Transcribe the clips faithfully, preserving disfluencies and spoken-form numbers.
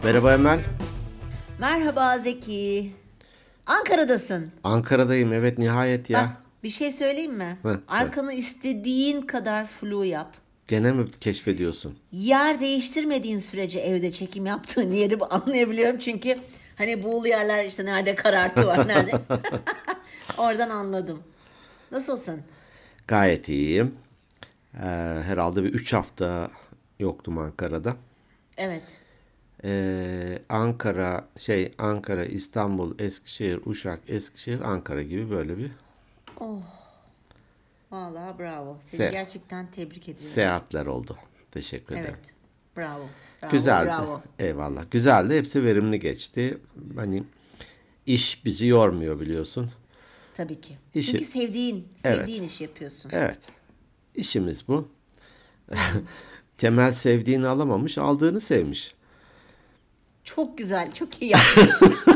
Merhaba Emel. Merhaba Zeki. Ankara'dasın. Ankara'dayım, evet, nihayet Bak, ya. bir şey söyleyeyim mi? Heh, söyle. Arkanı istediğin kadar flu yap. Gene mi keşfediyorsun? Yer değiştirmediğin sürece evde çekim yaptığın yeri anlayabiliyorum. Çünkü hani buğulu yerler işte nerede karartı var nerede. Oradan anladım. Nasılsın? Gayet iyiyim. Ee, herhalde bir üç hafta yoktum Ankara'da. Evet. Ee, Ankara, şey Ankara, İstanbul, Eskişehir, Uşak, Eskişehir, Ankara gibi böyle bir Oh, vallahi bravo. Seni Se- gerçekten tebrik ediyorum. seyahatler oldu. Teşekkür ederim. Evet. Bravo. Bravo. Güzeldi. Bravo. Eyvallah. Güzeldi. Hepsi verimli geçti. Hani iş bizi yormuyor biliyorsun. Tabii ki. İşi- Çünkü sevdiğin, Evet. sevdiğin işi yapıyorsun. Evet. İşimiz bu. Temel sevdiğini alamamış, aldığını sevmiş. Çok güzel, çok iyi yapmış.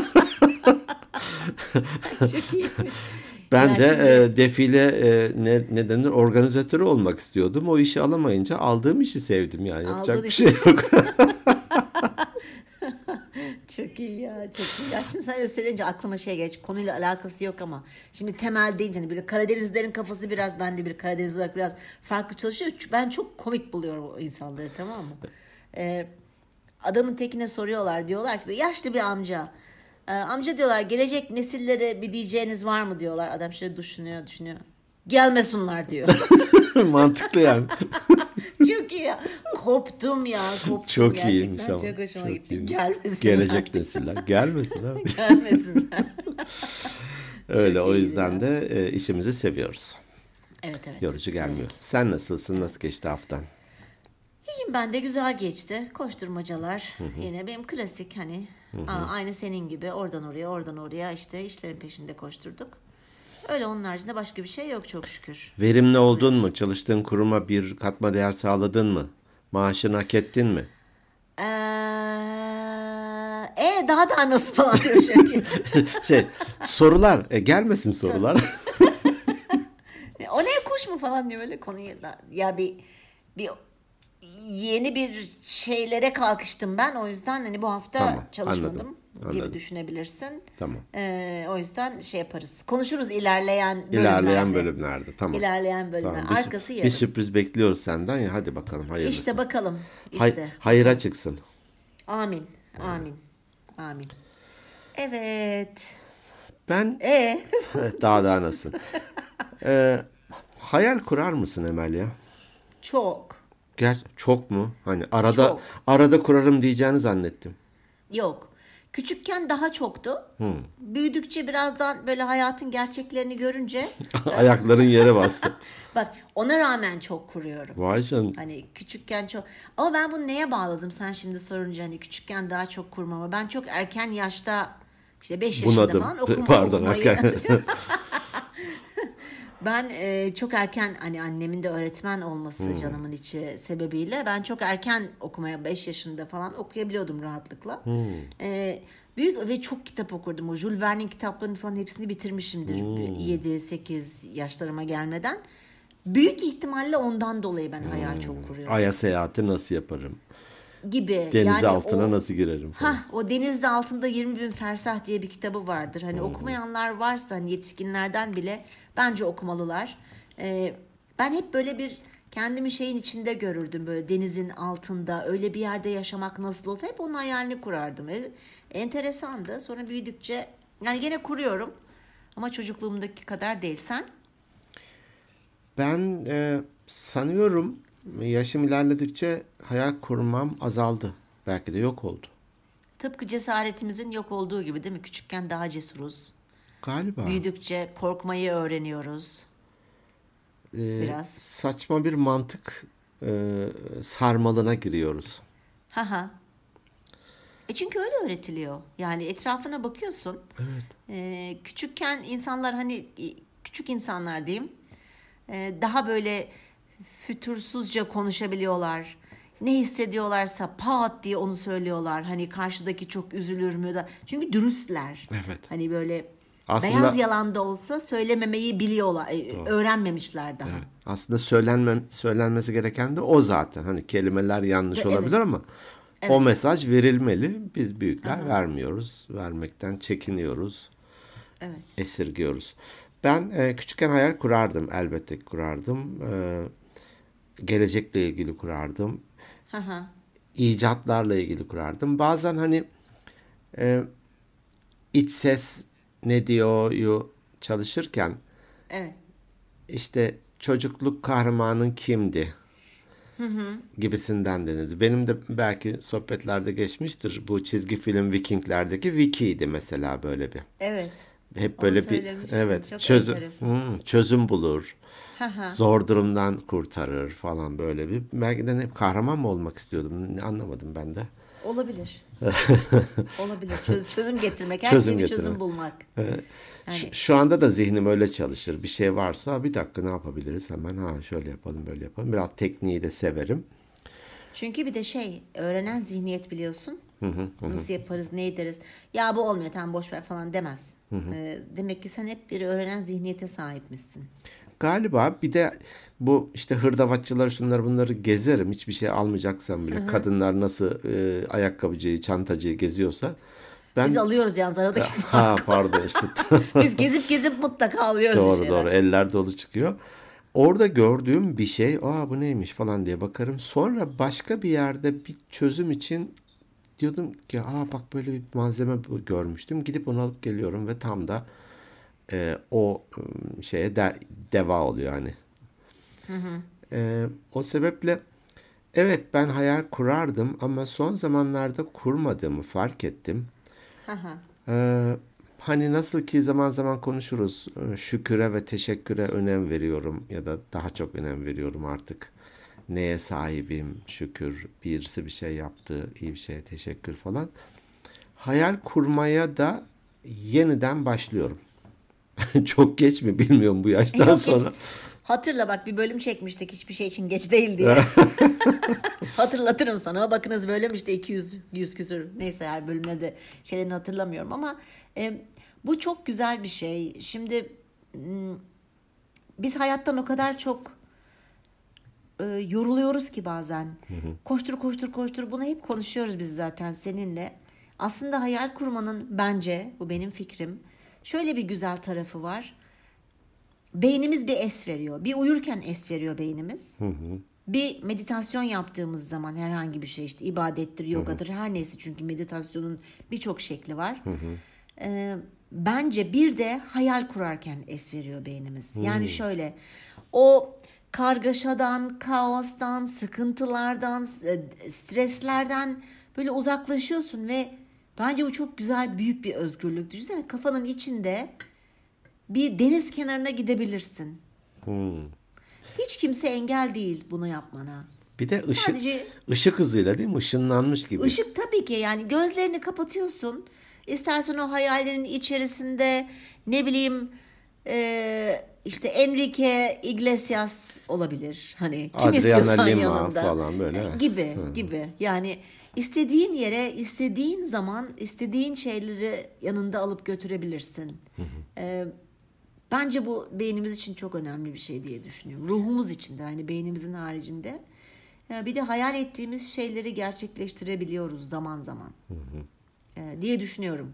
Çok iyiymiş. Ben Ya de şimdi- e, defile e, ne, ne denir organizatörü olmak istiyordum. O işi alamayınca aldığım işi sevdim yani. Yapacak Aldığın bir işi şey yok. Çok iyi ya, çok iyi. Ya şimdi sen öyle söyleyince aklıma şey geç. Konuyla alakası yok ama. Şimdi temel deyince hani böyle Karadenizlerin kafası biraz, ben de bir Karadeniz olarak biraz farklı çalışıyor. Ben çok komik buluyorum o insanları, tamam mı? Ee, adamın tekine soruyorlar, diyorlar ki yaşlı bir amca. Ee, amca diyorlar, gelecek nesillere bir diyeceğiniz var mı diyorlar. Adam şöyle düşünüyor düşünüyor. Gelmesinler diyor. Mantıklı yani. Çok iyi ya. Koptum ya. Koptum Çok gerçekten. iyiymiş ama. Çok hoşuma Çok gitti. iyiymiş. Gelmesinler. Gelecek nesiller. Gelmesin abi. Gelmesinler. Öyle, Çok o iyiydi yüzden ya. de e, işimizi seviyoruz. Evet evet. Yorucu gelmiyor. Severek. Sen nasılsın? Nasıl geçti haftan? İyiyim ben de, güzel geçti. Koşturmacalar. Yine benim klasik hani. Aa, aynı senin gibi oradan oraya oradan oraya işte işlerin peşinde koşturduk. Öyle, onun haricinde başka bir şey yok çok şükür. Verimli oldun mu? Çalıştığın kuruma bir katma değer sağladın mı? Maaşını hak ettin mi? Ee, e daha da nasıl falan diyor çünkü. Şey, sorular. E, gelmesin sorular. O ne, kuş mu falan diyor öyle konuyu da. Ya bir bir yeni bir şeylere kalkıştım ben. O yüzden hani bu hafta Tamam, çalışmadım anladım, gibi anladım. düşünebilirsin. Tamam. Ee, o yüzden şey yaparız. Konuşuruz ilerleyen bölümlerde. İlerleyen bölümlerde. Tamam. İlerleyen bölümler. Tamam. Bir, Arkası bir yarın. sürpriz bekliyoruz senden ya. Hadi bakalım, hayırlısı. İşte bakalım. Hay- İşte. hayıra çıksın. Amin. Amin. Amin. Evet. Ben E Evet, daha daha nasıl? Ee, hayal kurar mısın Emel ya? çok. Ger çok mu? Hani arada Çok. arada kurarım diyeceğini zannettim. Yok. Küçükken daha çoktu. Büyüdükçe birazdan böyle hayatın gerçeklerini görünce Ayakların yere bastı. bak, ona rağmen çok kuruyorum. Vay canına. Hani küçükken çok, ama ben bunu neye bağladım sen şimdi sorunca, hani küçükken daha çok kurmama. Ben çok erken yaşta, işte beş yaşında Bunadım. falan okuma, Pardon, okumayı. erken. Ben e, çok erken, hani annemin de öğretmen olması canımın içi sebebiyle ben çok erken okumaya, beş yaşında falan okuyabiliyordum rahatlıkla. E, büyük ve çok kitap okurdum. O Jules Verne'in kitaplarını falan hepsini bitirmişimdir yedi sekiz yaşlarıma gelmeden. Büyük ihtimalle ondan dolayı ben hayal çok kuruyorum. Ay'a seyahati nasıl yaparım? Gibi. Deniz Yani altına o- nasıl girerim falan. Hah, o Denizde Altında yirmi bin Fersah diye bir kitabı vardır. Hani okumayanlar varsa, hani yetişkinlerden bile bence okumalılar. Ee, ben hep böyle bir kendimi şeyin içinde görürdüm, böyle denizin altında öyle bir yerde yaşamak nasıl olur. Hep onun hayalini kurardım. E, enteresandı. Sonra büyüdükçe yani gene kuruyorum ama çocukluğumdaki kadar değil. Sen? Ben e, sanıyorum yaşım ilerledikçe hayal kurmam azaldı. Belki de yok oldu. Tıpkı cesaretimizin yok olduğu gibi değil mi? Küçükken daha cesuruz. Galiba. Büyüdükçe korkmayı öğreniyoruz. e, biraz. Saçma bir mantık e, sarmalına giriyoruz. Ha ha. E çünkü öyle öğretiliyor. Yani etrafına bakıyorsun. Evet. E, küçükken insanlar, hani e, küçük insanlar diyeyim, e, daha böyle fütursuzca konuşabiliyorlar. Ne hissediyorlarsa pat diye onu söylüyorlar. Hani karşıdaki çok üzülür mü da. Çünkü dürüstler. Evet. Hani böyle Aslında- beyaz yalan da olsa söylememeyi biliyorlar. e, Öğrenmemişler daha. Evet. Aslında söylenmem, söylenmesi gereken de o zaten. Hani kelimeler yanlış Ve olabilir evet. ama O mesaj verilmeli. Biz büyükler Aha. vermiyoruz. Vermekten çekiniyoruz. Evet. Esirgiyoruz. Ben e, küçükken hayal kurardım. Elbette kurardım. E, gelecekle ilgili kurardım. Aha. İcatlarla ilgili kurardım. Bazen hani e, iç ses ne diyor çalışırken evet. işte çocukluk kahramanın kimdi? Hı hı. Gibisinden denildi. Benim de belki sohbetlerde geçmiştir. Bu çizgi film Vikingler'deki Vicky'ydi mesela böyle bir. Evet. Hep böyle bir evet Çok çözüm hmm, çözüm bulur. Hı hı. Zor durumdan kurtarır falan böyle bir. Belki de hep kahraman mı olmak istiyordum? Anlamadım ben de. Olabilir. Olabilir. Çöz, çözüm getirmek. Her çözüm şeyi bir getirmek. çözüm bulmak. Evet. Yani... Şu, şu anda da zihnim öyle çalışır. Bir şey varsa bir dakika ne yapabiliriz? Hemen ha şöyle yapalım böyle yapalım. Biraz tekniği de severim. Çünkü bir de şey öğrenen zihniyet biliyorsun. Hı hı, hı. Nasıl yaparız ne ederiz. Ya bu olmuyor tamam boş ver falan demez. Hı hı. Ee, demek ki sen hep bir öğrenen zihniyete sahipmişsin. Galiba bir de bu işte hırdavatçılar şunları bunları gezerim. Hiçbir şey almayacaksam bile. Hı hı. Kadınlar nasıl e, ayakkabıcıyı, çantacıyı geziyorsa. Ben... Biz alıyoruz yalnız aradaki farkı. Ha pardon işte. Biz gezip gezip mutlaka alıyoruz doğru, bir şeyler. Doğru doğru eller dolu çıkıyor. Orada gördüğüm bir şey aa bu neymiş falan diye bakarım. Sonra başka bir yerde bir çözüm için diyordum ki aa bak böyle bir malzeme görmüştüm. Gidip onu alıp geliyorum ve tam da e, o şeye de, deva oluyor hani. Hı hı. E, o sebeple evet ben hayal kurardım ama son zamanlarda kurmadığımı fark ettim. Hı hı. E, hani nasıl ki zaman zaman konuşuruz şüküre ve teşekküre önem veriyorum ya da daha çok önem veriyorum artık. Neye sahibim şükür birisi bir şey yaptı iyi bir şeye teşekkür falan. Hayal kurmaya da yeniden başlıyorum. Çok geç mi bilmiyorum bu yaştan Yok, sonra. Geç. Hatırla bak bir bölüm çekmiştik hiçbir şey için geç değil diye. Hatırlatırım sana. Bakınız bölüm işte iki yüz yüz küsür neyse her bölümlerde şeylerini hatırlamıyorum ama e, bu çok güzel bir şey. Şimdi m- biz hayattan o kadar çok e, yoruluyoruz ki bazen. Hı hı. Koştur koştur koştur bunu hep konuşuyoruz biz zaten seninle. Aslında hayal kurmanın bence bu benim fikrim. Şöyle bir güzel tarafı var. Beynimiz bir es veriyor. Bir uyurken es veriyor beynimiz. Hı hı. Bir meditasyon yaptığımız zaman herhangi bir şey işte ibadettir, yogadır, hı hı. her neyse çünkü meditasyonun birçok şekli var. Hı hı. Ee, bence bir de hayal kurarken es veriyor beynimiz. Hı. Yani şöyle o kargaşadan, kaostan, sıkıntılardan, streslerden böyle uzaklaşıyorsun ve bence bu çok güzel büyük bir özgürlük. Düşünsene kafanın içinde bir deniz kenarına gidebilirsin. Hmm. Hiç kimse engel değil bunu yapmana. Bir de ışık Sadece, ışık hızıyla değil mi? Işınlanmış gibi. Işık tabii ki yani gözlerini kapatıyorsun. İstersen o hayallerin içerisinde ne bileyim e, işte Enrique Iglesias olabilir. Hani kim Adriana istiyorsan Lima yanında. falan böyle. E, gibi Hı. gibi yani istediğin yere istediğin zaman istediğin şeyleri yanında alıp götürebilirsin. Hı hı. E, Bence bu beynimiz için çok önemli bir şey diye düşünüyorum. Ruhumuz için de hani beynimizin haricinde. Bir de hayal ettiğimiz şeyleri gerçekleştirebiliyoruz zaman zaman hı hı. diye düşünüyorum.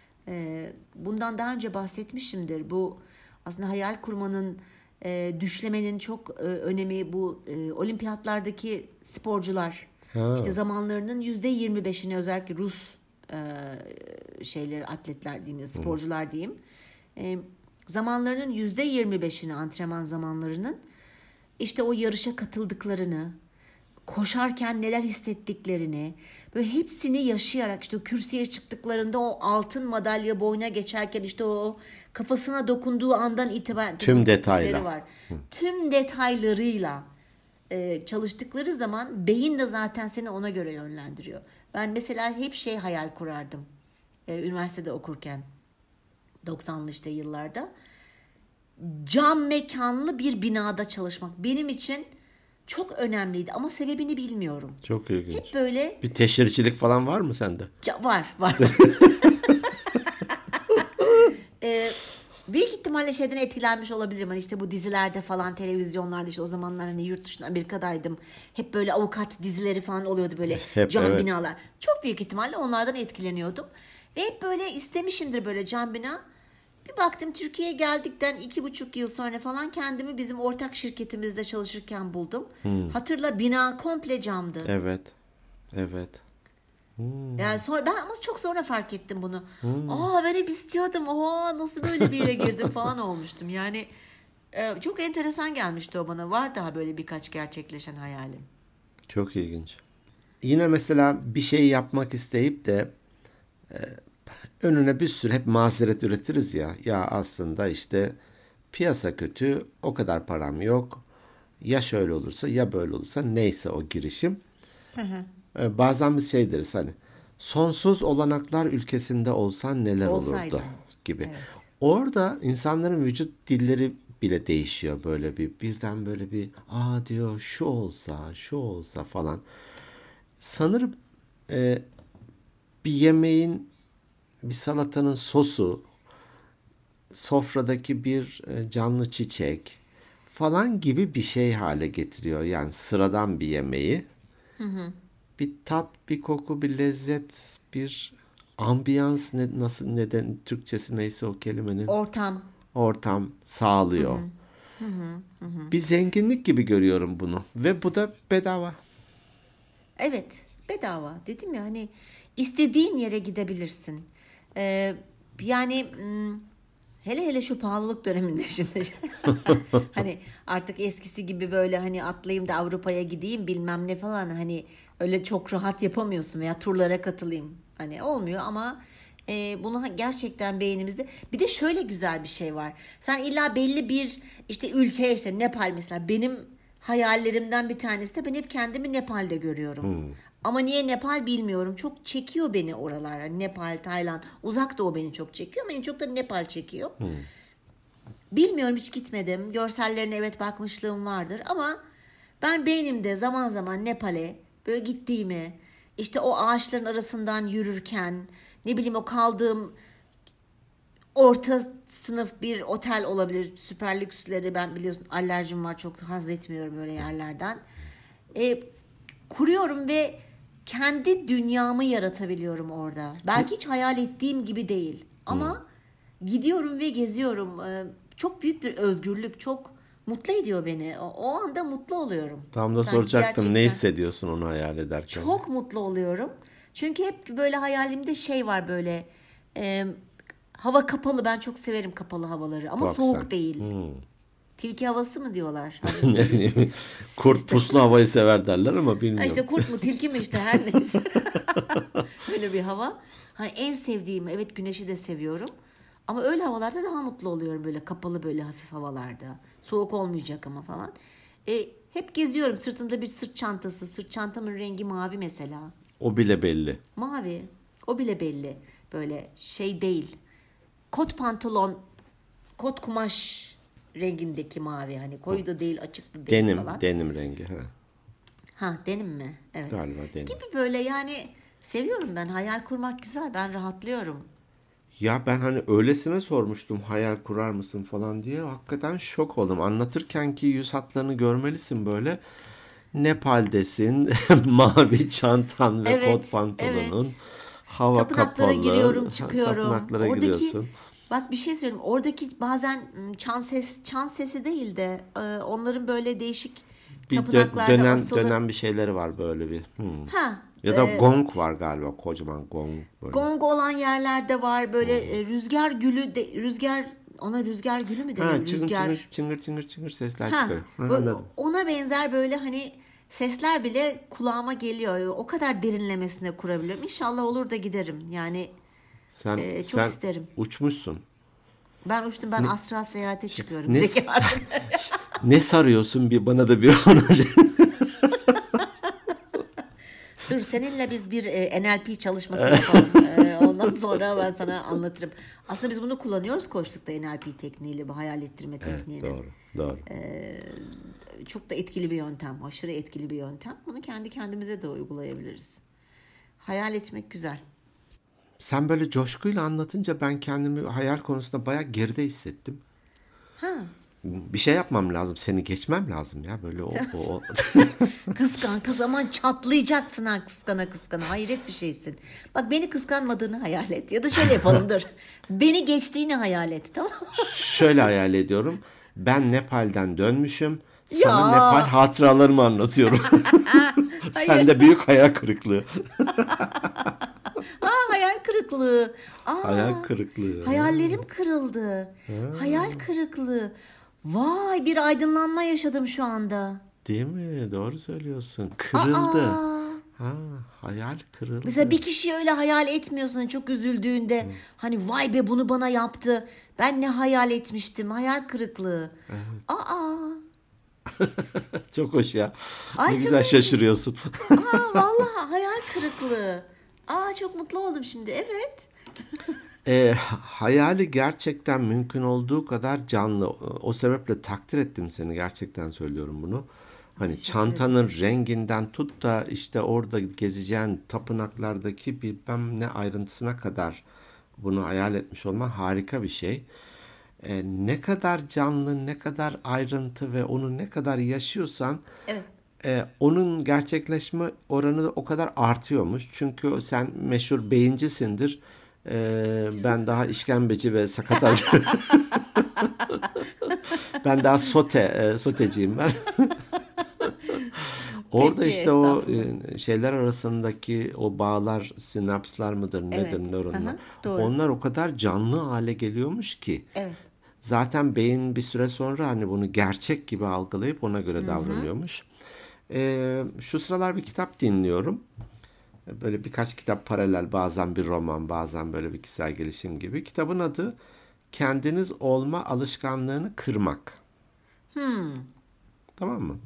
Bundan daha önce bahsetmişimdir. Bu aslında hayal kurmanın, düşlemenin çok önemi bu olimpiyatlardaki sporcular. Ha. İşte zamanlarının yüzde yirmi beşini özellikle Rus şeyleri atletler diyeyim, sporcular hı. diyeyim. Zamanlarının yüzde yirmi beşini antrenman zamanlarının işte o yarışa katıldıklarını, koşarken neler hissettiklerini, böyle hepsini yaşayarak işte o kürsüye çıktıklarında o altın madalya boyuna geçerken işte o kafasına dokunduğu andan itibaren tüm detayla var. Tüm detaylarıyla e, çalıştıkları zaman beyin de zaten seni ona göre yönlendiriyor. Ben mesela hep şey hayal kurardım e, üniversitede okurken. doksanlı işte yıllarda cam mekanlı bir binada çalışmak benim için çok önemliydi ama sebebini bilmiyorum. Çok ilginç. Hep böyle bir teşhircilik falan var mı sende? Ca- var, var. ee, büyük ihtimalle şeyden etkilenmiş olabilirim. Hani işte bu dizilerde falan, televizyonlarda, işte o zamanlar hani yurt dışında, Amerika'daydım. Hep böyle avukat dizileri falan oluyordu, böyle Hep cam evet. binalar. Çok büyük ihtimalle onlardan etkileniyordum. Ve hep böyle istemişimdir böyle cam bina. Bir baktım Türkiye'ye geldikten iki buçuk yıl sonra falan kendimi bizim ortak şirketimizde çalışırken buldum. Hatırla, bina komple camdı. Evet. Evet. Yani sonra ben ama çok sonra fark ettim bunu. Hmm. Aa, ben hep istiyordum. Aa, nasıl böyle bir yere girdim falan olmuştum. Yani e, çok enteresan gelmişti o bana. Var daha böyle birkaç gerçekleşen hayalim. Çok ilginç. Yine mesela bir şey yapmak isteyip de önüne bir sürü hep mazeret üretiriz ya. Ya aslında işte piyasa kötü, o kadar param yok. Ya şöyle olursa ya böyle olursa, neyse o girişim. Hı hı. Ee, bazen biz şey deriz hani, sonsuz olanaklar ülkesinde olsan neler olurdu Olsaydım. gibi. Evet. Orada insanların vücut dilleri bile değişiyor, böyle bir birden böyle bir aa diyor, şu olsa şu olsa falan. Sanırım e, bir yemeğin, bir salatanın sosu, sofradaki bir e, canlı çiçek falan gibi bir şey hale getiriyor. Yani sıradan bir yemeği bir tat, bir koku, bir lezzet, bir ambiyans, ne, nasıl, neden Türkçesi neyse o kelimenin, Ortam. ortam sağlıyor. Bir zenginlik gibi görüyorum bunu ve bu da bedava. Evet, bedava. Dedim ya, hani istediğin yere gidebilirsin. Ee, yani hmm, hele hele şu pahalılık döneminde şimdi hani artık eskisi gibi böyle hani atlayayım da Avrupa'ya gideyim bilmem ne falan, hani öyle çok rahat yapamıyorsun veya turlara katılayım. Hani olmuyor ama e, bunu gerçekten beynimizde. Bir de şöyle güzel bir şey var. Sen illa belli bir işte ülkeye, işte Nepal mesela, benim hayallerimden bir tanesi de, ben hep kendimi Nepal'de görüyorum. Ama niye Nepal bilmiyorum. Çok çekiyor beni oralar. Hani Nepal, Tayland, Uzak Doğu beni çok çekiyor ama en çok da Nepal çekiyor. Bilmiyorum, hiç gitmedim. Görsellerine evet bakmışlığım vardır ama ben beynimde zaman zaman Nepal'e böyle gittiğimi, işte o ağaçların arasından yürürken, ne bileyim o kaldığım orta sınıf bir otel olabilir. Süper lüksleri, ben biliyorsun alerjim var, çok haz etmiyorum öyle yerlerden. E, kuruyorum ve kendi dünyamı yaratabiliyorum orada. Belki hiç hayal ettiğim gibi değil ama gidiyorum ve geziyorum. E, çok büyük bir özgürlük, çok mutlu ediyor beni. O, o anda mutlu oluyorum. Tam da Sanki soracaktım, ne gerçekten hissediyorsun onu hayal ederken? çok mutlu oluyorum. Çünkü hep böyle hayalimde şey var, böyle e, hava kapalı. Ben çok severim kapalı havaları ama Bak sen. soğuk değil. Hmm. Tilki havası mı diyorlar? Hani Ne ne bileyim. bileyim, kurt Sizde. puslu havayı sever derler ama Ha bilmiyorum. işte kurt mu tilki mi, işte her neyse. Öyle bir hava. Hani en sevdiğim, evet, güneşi de seviyorum. Ama öyle havalarda daha mutlu oluyorum, böyle kapalı, böyle hafif havalarda. Soğuk olmayacak ama falan. E, hep geziyorum, sırtımda bir sırt çantası. Sırt çantamın rengi mavi mesela. O bile belli. Mavi. O bile belli. Böyle şey değil. Kot pantolon, kot kumaş rengindeki mavi. Hani koyu da değil, açık da değil Denim, falan. denim rengi. Ha. Ha, denim mi? Evet. Galiba denim. Gibi böyle yani, seviyorum ben. Hayal kurmak güzel. Ben rahatlıyorum. Ya ben hani öylesine sormuştum hayal kurar mısın falan diye. Hakikaten şok oldum. Anlatırken ki yüz hatlarını görmelisin böyle. Nepal'desin, mavi çantan ve kot Evet, pantolonun, evet. hava Tapınaklara kapalı, giriyorum, çıkıyorum. tapınaklara Oradaki, giriyorsun. bak bir şey söyleyeyim. Oradaki bazen m, çan ses, çan sesi değil de e, onların böyle değişik Bir dö- tapınaklarda dönen asılı. dönen bir şeyleri var böyle bir. Hmm. Ha, Ya da e, gong var galiba, kocaman gong böyle. gong olan yerlerde var, böyle e, rüzgar gülü de, rüzgar, ona rüzgar gülü mü Ha, deniyor? çıngır çıngır Rüzgar. çıngır çıngır çıngır sesler Ha, çıkarıyor. Ha, bu- anladım. ona benzer böyle hani sesler bile kulağıma geliyor. O kadar derinlemesine kurabiliyorum. İnşallah olur da giderim. Yani Sen e, çok sen isterim. uçmuşsun. Ben uçtum, ben Ne astral seyahate şey, çıkıyorum. ne Zeki artık. ne sarıyorsun, bir bana da bir onu. Dur, seninle biz bir e, N L P çalışması yapalım. E, ondan sonra ben sana anlatırım. Aslında biz bunu kullanıyoruz koçlukta, N L P tekniğiyle, bu hayal ettirme Evet, tekniğini. doğru, doğru. Çok da etkili bir yöntem. Aşırı etkili bir yöntem. Bunu kendi kendimize de uygulayabiliriz. Hayal etmek güzel. Sen böyle coşkuyla anlatınca ben kendimi hayal konusunda bayağı geride hissettim. Ha. Bir şey yapmam lazım. Seni geçmem lazım ya. Böyle o, o, o. Kıskan kız, aman çatlayacaksın ha, kıskana kıskana. Hayret bir şeysin. Bak, beni kıskanmadığını hayal et. Ya da şöyle yapalım, dur. Beni geçtiğini hayal et, tamam mı? Şöyle hayal ediyorum. Ben Nepal'den dönmüşüm. Ya. Sana Nepal hatıralarımı anlatıyorum. Hayır. Sen de büyük hayal kırıklığı. Aa, hayal kırıklığı. Aa, Hayal kırıklığı. hayallerim kırıldı. Hayal kırıklığı. Vay, bir aydınlanma yaşadım şu anda. Değil mi? Doğru söylüyorsun. Kırıldı. Aa. Ha, hayal kırıldı. Mesela bir kişiyi öyle hayal etmiyorsun çok üzüldüğünde. Hani vay be, bunu bana yaptı. Ben ne hayal etmiştim. Hayal kırıklığı. Aa. Çok hoş ya. Ay, ne çok güzel hoş. şaşırıyorsun. Aa, vallahi hayal kırıklığı. Aa, çok mutlu oldum şimdi. Evet. E, hayali gerçekten mümkün olduğu kadar canlı. O sebeple takdir ettim seni. Gerçekten söylüyorum bunu. Hani Teşekkür çantanın renginden tut da işte orada gezeceğin tapınaklardaki bilmem ne ayrıntısına kadar bunu hayal etmiş olman harika bir şey. E, ne kadar canlı, ne kadar ayrıntı ve onu ne kadar yaşıyorsan Evet. e, onun gerçekleşme oranı da o kadar artıyormuş. Çünkü sen meşhur beyincisindir. E, ben daha işkembeci ve sakatat. Ben daha sote, e, soteciyim ben. Orada Peki, işte o estağfurullah. e, şeyler arasındaki o bağlar, sinapslar mıdır, nedir, Evet. nöronlar. Aha, doğru. Onlar o kadar canlı hale geliyormuş ki. Evet. Zaten beyin bir süre sonra hani bunu gerçek gibi algılayıp ona göre davranıyormuş. E, şu sıralar bir kitap dinliyorum. Böyle birkaç kitap paralel, bazen bir roman, bazen böyle bir kişisel gelişim gibi. Kitabın adı Kendiniz Olma Alışkanlığını Kırmak. Tamam mı?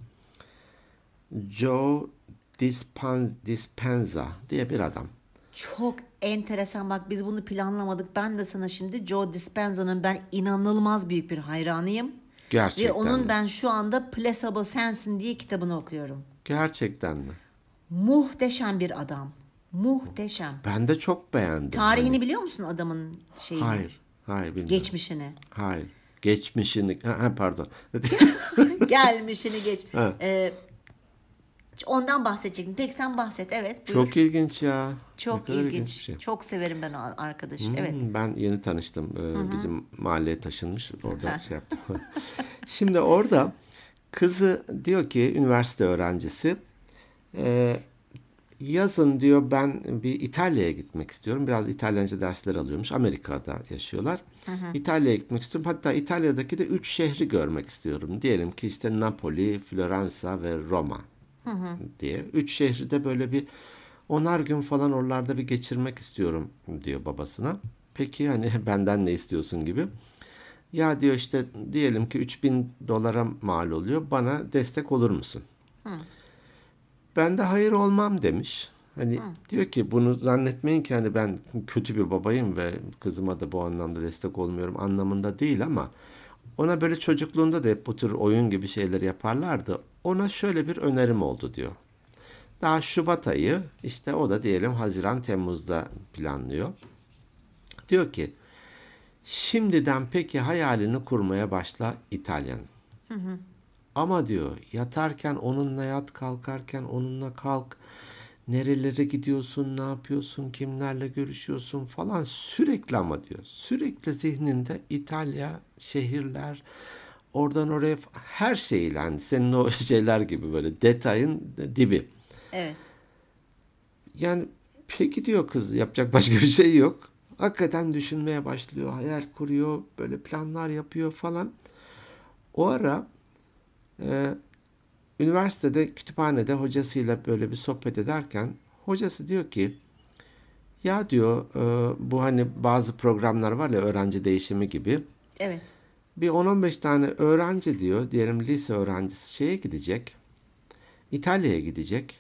Joe Dispen- Dispenza diye bir adam. Çok enteresan, bak biz bunu planlamadık. Ben de sana şimdi Joe Dispenza'nın ben inanılmaz büyük bir hayranıyım. Ve Gerçekten onun mi? ben şu anda Placebo Sensin diye kitabını okuyorum. Gerçekten mi? Muhteşem bir adam. Muhteşem. Ben de çok beğendim. Tarihini Hani, biliyor musun adamın şeyini? hayır, hayır bilmiyorum. Geçmişini. Hayır. Geçmişini, ha, ha, pardon. Gelmişini geç. Ha. Ee, ondan bahsedecektim. Peki sen bahset. Evet, buyur. Çok ilginç ya. Ne Çok kadar ilginç. bir şey. Çok severim ben o arkadaşı. Hmm, Evet. Ben yeni tanıştım. Ee, bizim mahalleye taşınmış. Orada şey yaptım. Şimdi orada kızı diyor ki, üniversite öğrencisi, e, yazın diyor ben bir İtalya'ya gitmek istiyorum. Biraz İtalyanca dersler alıyormuş. Amerika'da yaşıyorlar. İtalya'ya gitmek istiyorum. Hatta İtalya'daki de üç şehri görmek istiyorum. Diyelim ki işte Napoli, Floransa ve Roma diye. Üç şehri de böyle bir onar gün falan oralarda bir geçirmek istiyorum diyor babasına. Peki hani benden ne istiyorsun gibi. Ya diyor işte diyelim ki üç bin dolara mal oluyor. Bana destek olur musun? Ben de hayır olmam demiş. Hani diyor ki bunu zannetmeyin ki hani ben kötü bir babayım ve kızıma da bu anlamda destek olmuyorum anlamında değil, ama ona böyle çocukluğunda da hep bu tür oyun gibi şeyler yaparlardı. Ona şöyle bir önerim oldu diyor. Daha Şubat ayı, işte o da diyelim Haziran Temmuz'da planlıyor. Diyor ki şimdiden peki hayalini kurmaya başla İtalyan. Ama diyor yatarken onunla yat, kalkarken onunla kalk. Nerelere gidiyorsun, ne yapıyorsun, kimlerle görüşüyorsun falan, sürekli, ama diyor. Sürekli zihninde İtalya, şehirler, oradan oraya, her şeyle, hani senin o şeyler gibi böyle detayın dibi. Evet. Yani peki diyor kız, yapacak başka bir şey yok. Hakikaten düşünmeye başlıyor, hayal kuruyor, böyle planlar yapıyor falan. O ara e, üniversitede kütüphanede hocasıyla böyle bir sohbet ederken hocası diyor ki ya diyor e, bu hani bazı programlar var ya, öğrenci değişimi gibi, Evet. bir on on beş tane öğrenci diyor, diyelim lise öğrencisi şeye gidecek, İtalya'ya gidecek.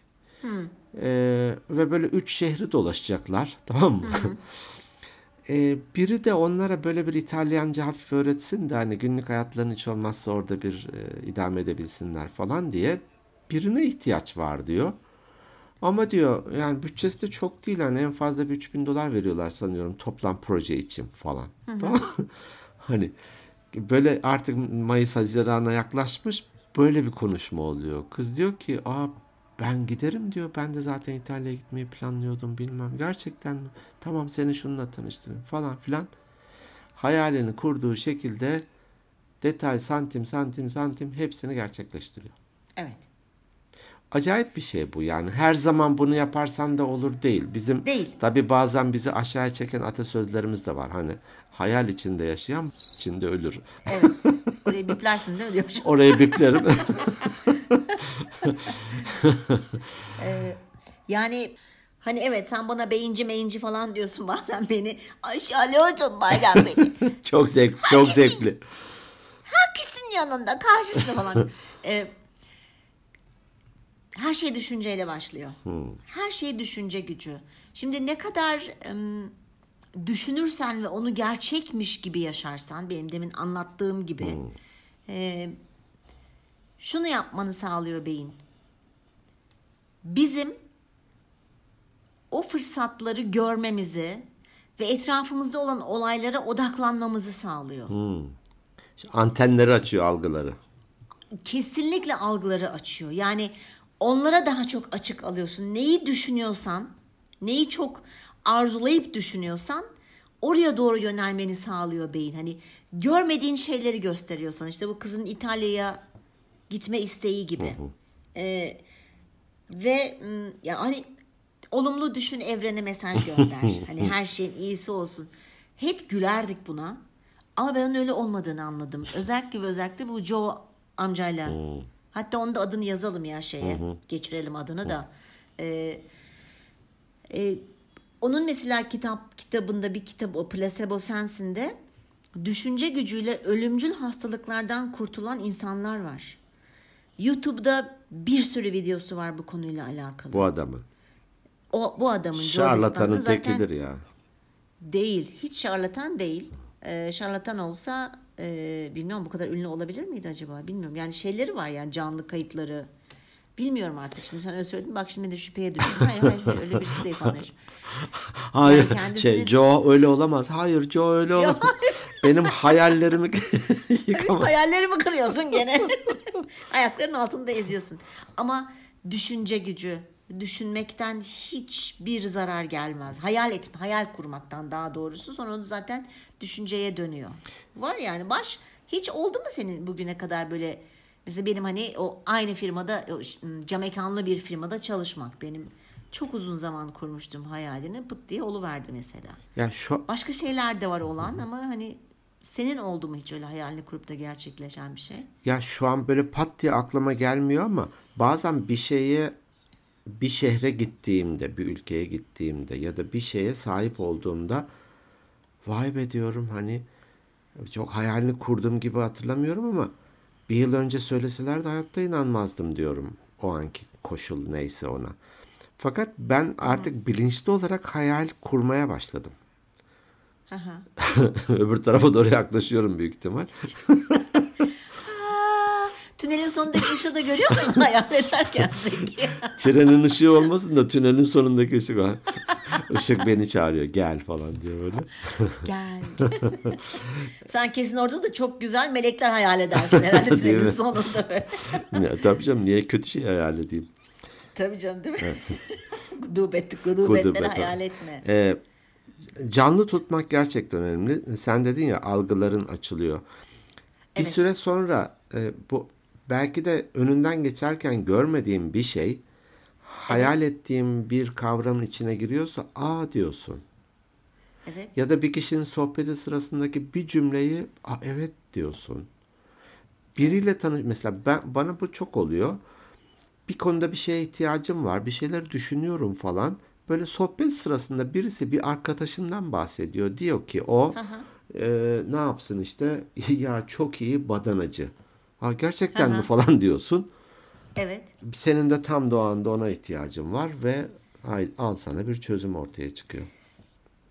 E, ve böyle üç şehri dolaşacaklar, tamam mı? E, biri de onlara böyle bir İtalyanca hafif öğretsin de hani günlük hayatlarını hiç olmazsa orada bir e, idame edebilsinler falan diye birine ihtiyaç var diyor. Ama diyor yani bütçesi de çok değil. Hani en fazla bir üç bin dolar veriyorlar sanıyorum toplam proje için falan. Tamam. Hani böyle artık Mayıs Haziran'a yaklaşmış böyle bir konuşma oluyor. Kız diyor ki aa ben giderim diyor. Ben de zaten İtalya'ya gitmeyi planlıyordum bilmem. Gerçekten mi? Tamam seni şununla tanıştırayım falan filan. Hayalini kurduğu şekilde detay santim santim santim hepsini gerçekleştiriyor. Evet. Acayip bir şey bu yani. Her zaman bunu yaparsan da olur değil. Bizim Değil. tabii bazen bizi aşağıya çeken atasözlerimiz de var. Hani hayal içinde yaşayan içinde ölür. Evet. Orayı biplersin değil mi diyormuş. Orayı biplerim. Ee, yani hani evet sen bana beyinci meyinci falan diyorsun bazen beni aşağılıyorsun bazen beni. Çok zevk, çok zevkli. Herkesin yanında karşısında falan. Ee, her şey düşünceyle başlıyor. Her şey düşünce gücü. Şimdi ne kadar em, düşünürsen ve onu gerçekmiş gibi yaşarsan benim demin anlattığım gibi e, şunu yapmanı sağlıyor beyin. Bizim o fırsatları görmemizi ve etrafımızda olan olaylara odaklanmamızı sağlıyor. Antenleri açıyor algıları. Kesinlikle algıları açıyor. Yani onlara daha çok açık alıyorsun. Neyi düşünüyorsan, neyi çok arzulayıp düşünüyorsan oraya doğru yönelmeni sağlıyor beyin. Hani görmediğin şeyleri gösteriyor sana. İşte bu kızın İtalya'ya gitme isteği gibi. Ee, ve m, ya hani olumlu düşün, evrene mesaj gönder. Hani her şeyin iyisi olsun. Hep gülerdik buna. Ama ben öyle olmadığını anladım. Özellikle ve özellikle bu Joe amcayla. Hatta onun da adını yazalım ya şeye. Geçirelim adını da. Ee, e, onun mesela kitap kitabında bir kitap o Placebo Sensin'de düşünce gücüyle ölümcül hastalıklardan kurtulan insanlar var. YouTube'da bir sürü videosu var bu konuyla alakalı. Bu adamı. O bu adamın Joe Şarlatanın Dispenza zaten tekidir ya. değil. Hiç şarlatan değil. Ee, şarlatan olsa e, bilmiyorum bu kadar ünlü olabilir miydi acaba? Bilmiyorum. Yani şeyleri var yani canlı kayıtları. Bilmiyorum artık. Şimdi sen öyle söyledin. Bak şimdi de şüpheye düştüm. Hayır hayır öyle birisi değil falan. Hayır Yani kendisini- şey Joe öyle olamaz. Hayır Joe öyle olamaz. Benim hayallerimi yıkamaz. Hayallerimi kırıyorsun gene. Ayaklarının altında eziyorsun. Ama düşünce gücü, düşünmekten hiçbir zarar gelmez. Hayal etme, hayal kurmaktan daha doğrusu. Sonra onu zaten düşünceye dönüyor. Var yani baş hiç oldu mu senin bugüne kadar böyle mesela benim hani o aynı firmada o cam mekanlı bir firmada çalışmak benim çok uzun zaman kurmuştum hayalini pıt diye oluverdi mesela. Ya şu Başka şeyler de var olan ama hani senin oldu mu hiç öyle hayalini kurup da gerçekleşen bir şey? ya şu an böyle pat diye aklıma gelmiyor ama bazen bir şeye bir şehre gittiğimde, bir ülkeye gittiğimde ya da bir şeye sahip olduğumda vay be diyorum hani çok hayalini kurduğum gibi hatırlamıyorum ama bir yıl önce söyleseler de hayatta inanmazdım diyorum o anki koşul neyse ona. Fakat ben artık bilinçli olarak hayal kurmaya başladım. Hı hı. Öbür tarafa doğru yaklaşıyorum büyük ihtimal. Aa, tünelin sonundaki ışığı da görüyor musun hayal ederken Zeki? Trenin ışığı olmasın da tünelin sonundaki ışık var. Işık beni çağırıyor gel falan diyor böyle. Gel. Sen kesin orada da çok güzel melekler hayal edersin herhalde Değil tünelin mi? sonunda. Böyle. Ne, tabii canım niye kötü şey hayal edeyim. Tabii canım değil mi? Gudubet, gudubetleri Gudubet, hayal etme. Ee, canlı tutmak gerçekten önemli. Sen dedin ya algıların açılıyor. Bir Evet. süre sonra e, bu belki de önünden geçerken görmediğim bir şey hayal ettiğim bir kavramın içine giriyorsa aa diyorsun. Evet. Ya da bir kişinin sohbeti sırasındaki bir cümleyi aa, evet diyorsun. Biriyle tanış mesela ben bana bu çok oluyor. Bir konuda bir şeye ihtiyacım var. Bir şeyler düşünüyorum falan. Böyle sohbet sırasında birisi bir arkadaşından bahsediyor. Diyor ki o Hı hı. e, ne yapsın işte ya çok iyi badanacı. Ha, gerçekten Hı mi hı. falan diyorsun. Evet. Senin de tam da o anda ona ihtiyacın var ve ay, al sana bir çözüm ortaya çıkıyor.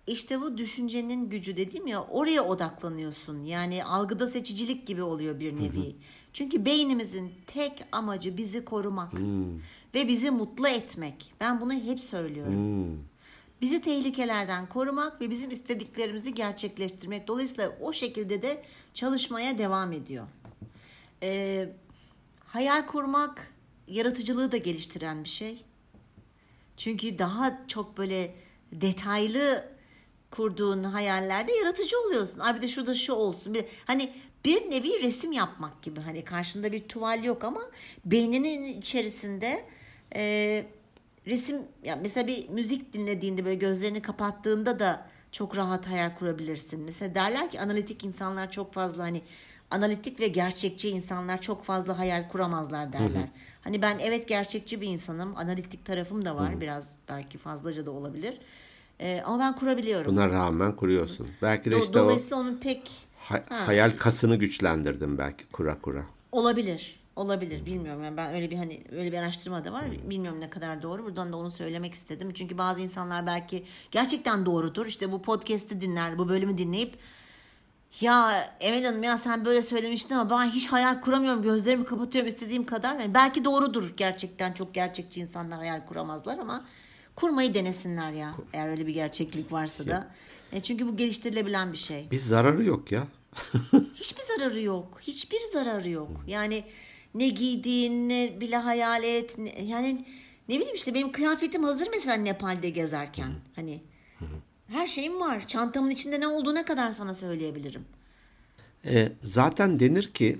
İşte bu düşüncenin gücü dediğim ya, oraya odaklanıyorsun. Yani algıda seçicilik gibi oluyor bir nevi. Çünkü beynimizin tek amacı bizi korumak ve bizi mutlu etmek. Ben bunu hep söylüyorum. Bizi tehlikelerden korumak ve bizim istediklerimizi gerçekleştirmek. Dolayısıyla o şekilde de çalışmaya devam ediyor. Ee, hayal kurmak yaratıcılığı da geliştiren bir şey. Çünkü daha çok böyle detaylı kurduğun hayallerde yaratıcı oluyorsun. Abi de şurada şu olsun. Bir, hani bir nevi resim yapmak gibi. Hani karşında bir tuval yok ama beyninin içerisinde e, resim, ya mesela bir müzik dinlediğinde böyle gözlerini kapattığında da çok rahat hayal kurabilirsin. Mesela derler ki analitik insanlar çok fazla, hani analitik ve gerçekçi insanlar çok fazla hayal kuramazlar derler. Hani ben evet gerçekçi bir insanım. Analitik tarafım da var. Biraz belki fazlaca da olabilir. Ee, ama ben kurabiliyorum. Buna rağmen kuruyorsun. Belki de Do- işte o Dolayısıyla onun pek ha- ha, hayal kasını güçlendirdim belki kura kura. olabilir. Olabilir. Bilmiyorum. Yani ben öyle bir hani öyle bir araştırma da var. Bilmiyorum ne kadar doğru. Buradan da onu söylemek istedim. Çünkü bazı insanlar belki gerçekten doğrudur. İşte bu podcast'i dinler, bu bölümü dinleyip ya Emel Hanım, ya sen böyle söylemiştin ama ben hiç hayal kuramıyorum. Gözlerimi kapatıyorum istediğim kadar. Yani belki doğrudur, gerçekten çok gerçekçi insanlar hayal kuramazlar ama kurmayı denesinler ya. Eğer öyle bir gerçeklik varsa da. E çünkü bu geliştirilebilen bir şey. Bir zararı yok ya. Hiçbir zararı yok. Hiçbir zararı yok. Yani ne giydiğini bile hayal et. Ne- yani ne bileyim, işte benim kıyafetim hazır mesela Nepal'de gezerken. Hani her şeyim var. Çantamın içinde ne olduğuna kadar sana söyleyebilirim. E, zaten denir ki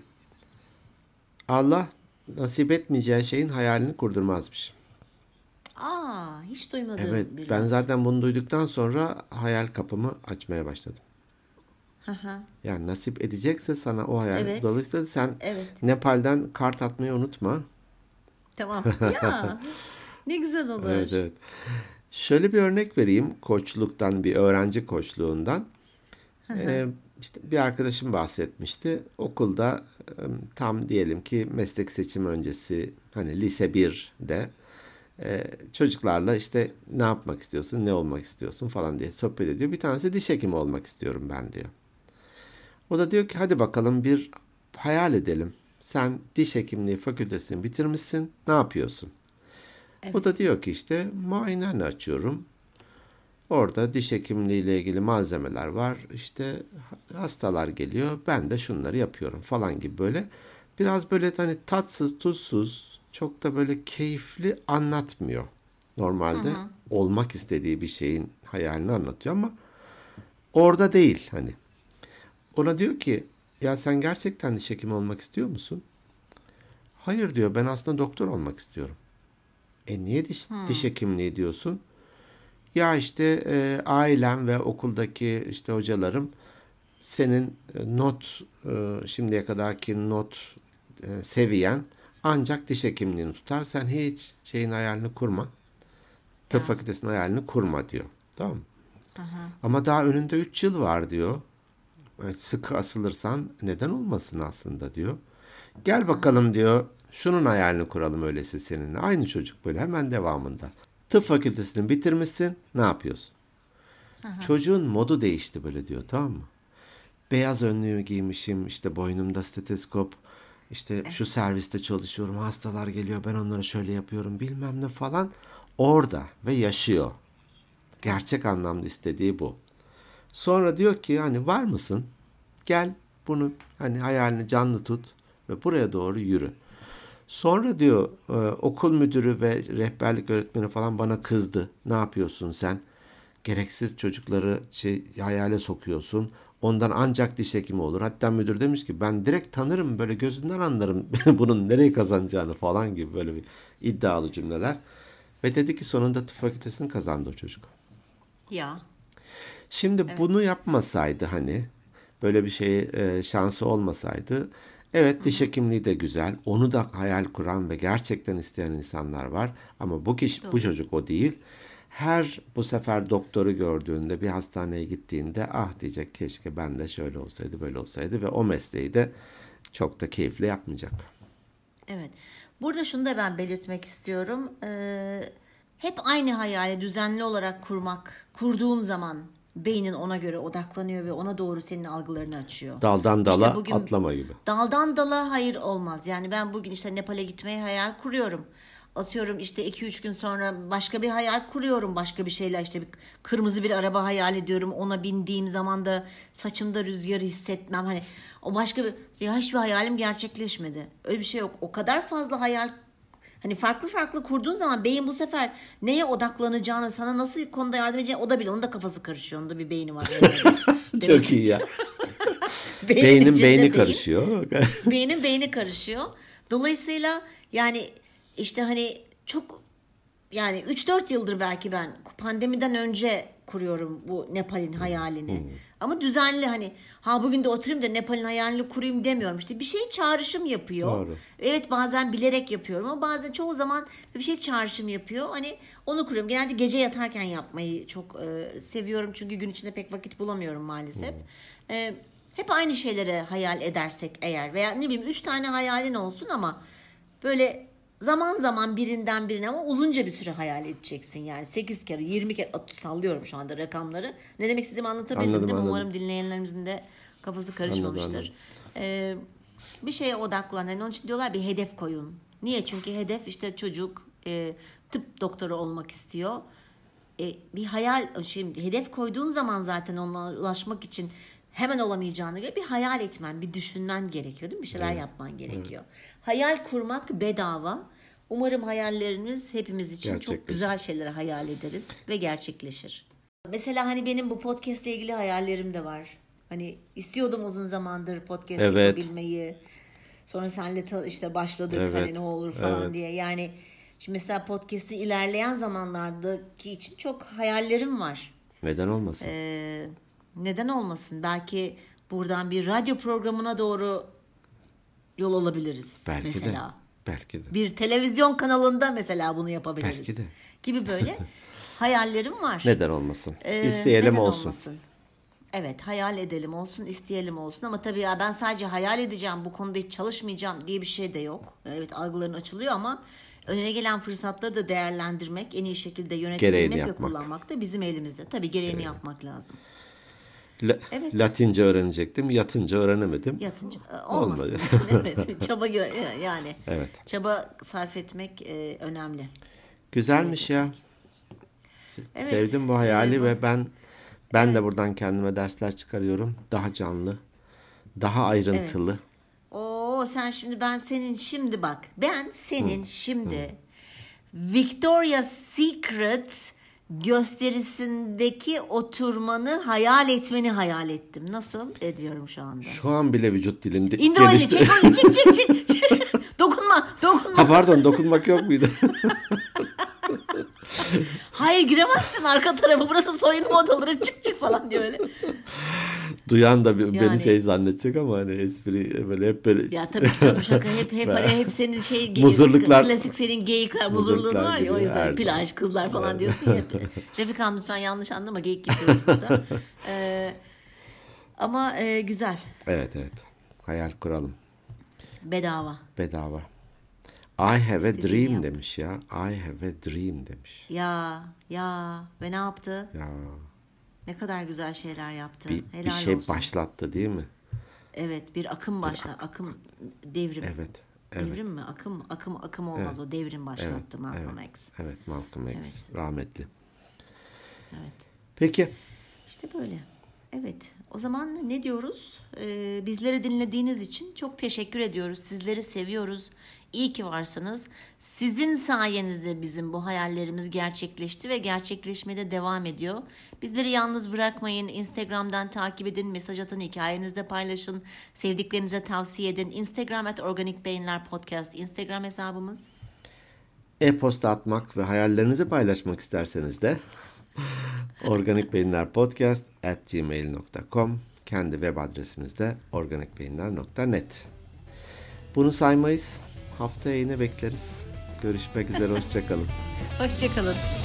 Allah nasip etmeyeceği şeyin hayalini kurdurmazmış. Aa, hiç Evet, duymadığım bir ben laf. zaten bunu duyduktan sonra hayal kapımı açmaya başladım. Hı hı. Yani nasip edecekse sana o hayal. Evet. Dolayısıyla sen Evet. Nepal'den kart atmayı unutma. Tamam. Ya ne güzel olur. Evet, evet. Şöyle bir örnek vereyim koçluktan, bir öğrenci koçluğundan. Ee, işte bir arkadaşım bahsetmişti. Okulda e, tam diyelim ki meslek seçimi öncesi, hani lise birde e, çocuklarla işte ne yapmak istiyorsun, ne olmak istiyorsun falan diye sohbet ediyor. Bir tanesi diş hekimi olmak istiyorum ben diyor. O da diyor ki hadi bakalım bir hayal edelim. Sen diş hekimliği fakültesini bitirmişsin. Ne yapıyorsun? O Evet. da diyor ki işte muayenehane açıyorum. Orada diş hekimliği ile ilgili malzemeler var. İşte hastalar geliyor. Ben de şunları yapıyorum falan gibi böyle. Biraz böyle hani tatsız, tuzsuz, çok da böyle keyifli anlatmıyor. Normalde olmak istediği bir şeyin hayalini anlatıyor ama orada değil hani. Ona diyor ki ya sen gerçekten diş hekimi olmak istiyor musun? Hayır diyor, ben aslında doktor olmak istiyorum. E niye diş, diş hekimliği diyorsun? Ya işte e, ailem ve okuldaki işte hocalarım senin e, not e, şimdiye kadarki not e, seviyen ancak diş hekimliğini tutar. Sen hiç şeyin hayalini kurma. Tıp Ya. fakültesinin hayalini kurma diyor. Tamam mı? Aha. Ama daha önünde üç yıl var diyor. E, Sıkı asılırsan neden olmasın aslında diyor. Gel bakalım diyor. Şunun hayalini kuralım öyleyse seninle. Aynı çocuk böyle hemen devamında. Tıp fakültesini bitirmişsin. Ne yapıyorsun? Çocuğun modu değişti böyle diyor, tamam mı? Beyaz önlüğü giymişim, işte boynumda steteskop, işte şu serviste çalışıyorum, hastalar geliyor, ben onlara şöyle yapıyorum bilmem ne falan. Orada ve yaşıyor. Gerçek anlamda istediği bu. Sonra diyor ki hani var mısın? Gel bunu hani hayalini canlı tut ve buraya doğru yürü. Sonra diyor e, okul müdürü ve rehberlik öğretmeni falan bana kızdı. Ne yapıyorsun sen? Gereksiz çocukları şey, hayale sokuyorsun. Ondan ancak diş hekimi olur. Hatta müdür demiş ki ben direkt tanırım, böyle gözünden anlarım bunun nereye kazanacağını falan gibi böyle bir iddialı cümleler. Ve dedi ki sonunda tıp fakültesini kazandı o çocuk. Ya. Şimdi Evet. bunu yapmasaydı hani böyle bir şey e, şansı olmasaydı, evet diş hekimliği de güzel. Onu da hayal kuran ve gerçekten isteyen insanlar var. Ama bu kişi, bu Doğru. çocuk o değil. Her bu sefer doktoru gördüğünde, bir hastaneye gittiğinde ah diyecek keşke ben de şöyle olsaydı böyle olsaydı ve o mesleği de çok da keyifli yapmayacak. Evet. Burada şunu da ben belirtmek istiyorum. Ee, hep aynı hayali düzenli olarak kurmak, kurduğun zaman beynin ona göre odaklanıyor ve ona doğru senin algılarını açıyor. Daldan dala İşte bugün, atlama gibi. Daldan dala hayır olmaz. Yani ben bugün işte Nepal'e gitmeyi hayal kuruyorum. Atıyorum işte iki üç gün sonra başka bir hayal kuruyorum. Başka bir şeyler, işte bir kırmızı bir araba hayal ediyorum. Ona bindiğim zaman da saçımda rüzgarı hissetmem. Hani o başka bir, ya hiçbir hayalim gerçekleşmedi. Öyle bir şey yok. O kadar fazla hayal, hani farklı farklı kurduğun zaman beyin bu sefer neye odaklanacağını, sana nasıl konuda yardım edeceğini, o da bile, onun da kafası karışıyor. Onda bir beyni var. Çok iyi ya. Beynin Beynin içinde beyni beyin. karışıyor. Beynin beyni karışıyor. Dolayısıyla yani işte hani çok, yani üç dört yıldır belki ben pandemiden önce kuruyorum bu Nepal'in hayalini. Hmm. Ama düzenli, hani ha bugün de oturayım da Nepal'in hayalini kurayım demiyorum. İşte bir şey çağrışım yapıyor. Doğru. Evet, bazen bilerek yapıyorum ama bazen, çoğu zaman bir şey çağrışım yapıyor. Hani onu kuruyorum. Genelde gece yatarken yapmayı çok e, seviyorum. Çünkü gün içinde pek vakit bulamıyorum maalesef. Hmm. E, hep aynı şeylere hayal edersek eğer, veya ne bileyim üç tane hayalin olsun ama böyle zaman zaman birinden birine, ama uzunca bir süre hayal edeceksin. Yani sekiz kere, yirmi kere, sallıyorum şu anda rakamları. Ne demek istediğimi anlatabildim Anladım, değil mi? anladım. Umarım dinleyenlerimizin de kafası karışmamıştır. Anladım, anladım. Ee, bir şeye odaklan. Yani onun için diyorlar bir hedef koyun. Niye? Çünkü hedef, işte çocuk e, tıp doktoru olmak istiyor. E, bir hayal, şimdi hedef koyduğun zaman zaten ona ulaşmak için hemen olamayacağını göre bir hayal etmen, bir düşünmen gerekiyor değil mi? Bir şeyler evet. yapman gerekiyor. Evet. Hayal kurmak bedava. Umarım hayallerimiz hepimiz için çok güzel şeyler hayal ederiz ve gerçekleşir. Mesela hani benim bu podcast ile ilgili hayallerim de var. Hani istiyordum uzun zamandır podcast evet. yapabilmeyi. Sonra senle işte başladık evet. hani ne olur falan evet. diye. Yani şimdi mesela podcast'i ilerleyen zamanlardaki için çok hayallerim var. Neden olmasın? Ee, neden olmasın? Belki buradan bir radyo programına doğru yol alabiliriz. Belki mesela. de. Belki de. Bir televizyon kanalında mesela bunu yapabiliriz. Belki de. Gibi böyle hayallerim var. Neden olmasın? Ee, isteyelim neden olsun. olmasın. Evet, hayal edelim olsun, isteyelim olsun, ama tabii ya ben sadece hayal edeceğim, bu konuda hiç çalışmayacağım diye bir şey de yok. Evet, algıların açılıyor ama önüne gelen fırsatları da değerlendirmek, en iyi şekilde yönetebilmek ve kullanmak da bizim elimizde. Tabii gereğini evet. yapmak lazım. La, evet. Latince öğrenecektim. Yatınca öğrenemedim. Yatınca olmadı. Evet, çaba yani. Evet. Çaba sarf etmek e, önemli. Güzelmiş ya. Evet. Sevdim bu hayali evet. ve ben ben evet. de buradan kendime dersler çıkarıyorum. Daha canlı, daha ayrıntılı. Evet. Oo, sen şimdi ben senin şimdi bak. Ben senin hmm. şimdi hmm. Victoria's Secret gösterisindeki oturmanı hayal etmeni hayal ettim. Nasıl ediyorum şu anda? Şu an bile vücut dilimde İndir o elini, çek onu, çek çek çek. çek. dokunma, dokunma. Ha pardon, dokunmak yok muydu? Hayır, giremezsin arka tarafı. Burası soyunma odaları, çık çık falan diye öyle. Duyan da beni yani, şey zannedecek ama hani espri böyle hep böyle. Ya tabii ki şaka hep hep hani hep senin şey muzurluklar, klasik senin geyik muzurluğun var ya, o yüzden plaj kızlar falan evet. diyorsun ya. Refikam lütfen yanlış anlama, geyik yapıyoruz burada. Ee, ama e, güzel. Evet evet. Hayal kuralım. Bedava. Bedava. I have a dream yap. demiş ya. I have a dream demiş. Ya ya ve ne yaptı? Ya. Ne kadar güzel şeyler yaptı. Bir, Helal bir şey olsun. başlattı değil mi? Evet, bir akım başla, ak- akım devrim. Evet. Evet. Devrim mi? Akım akım akım olmaz, evet. O devrim başlattı evet. Malcolm evet. X. Evet, Malcolm X evet. rahmetli. Evet. Peki. İşte böyle. Evet. O zaman ne diyoruz? Ee, bizleri dinlediğiniz için çok teşekkür ediyoruz. Sizleri seviyoruz. İyi ki varsınız. Sizin sayenizde bizim bu hayallerimiz gerçekleşti ve gerçekleşmeye de devam ediyor. Bizleri yalnız bırakmayın. Instagram'dan takip edin, mesaj atın, hikayenizde paylaşın, sevdiklerinize tavsiye edin. Instagram at Organik Beyinler Podcast Instagram hesabımız. E-posta atmak ve hayallerinizi paylaşmak isterseniz de Organik Beyinler Podcast at gmail nokta com, kendi web adresimizde organikbeyinler nokta net. Bunu saymayız. Haftaya yine bekleriz. Görüşmek üzere. Hoşçakalın. Hoşçakalın.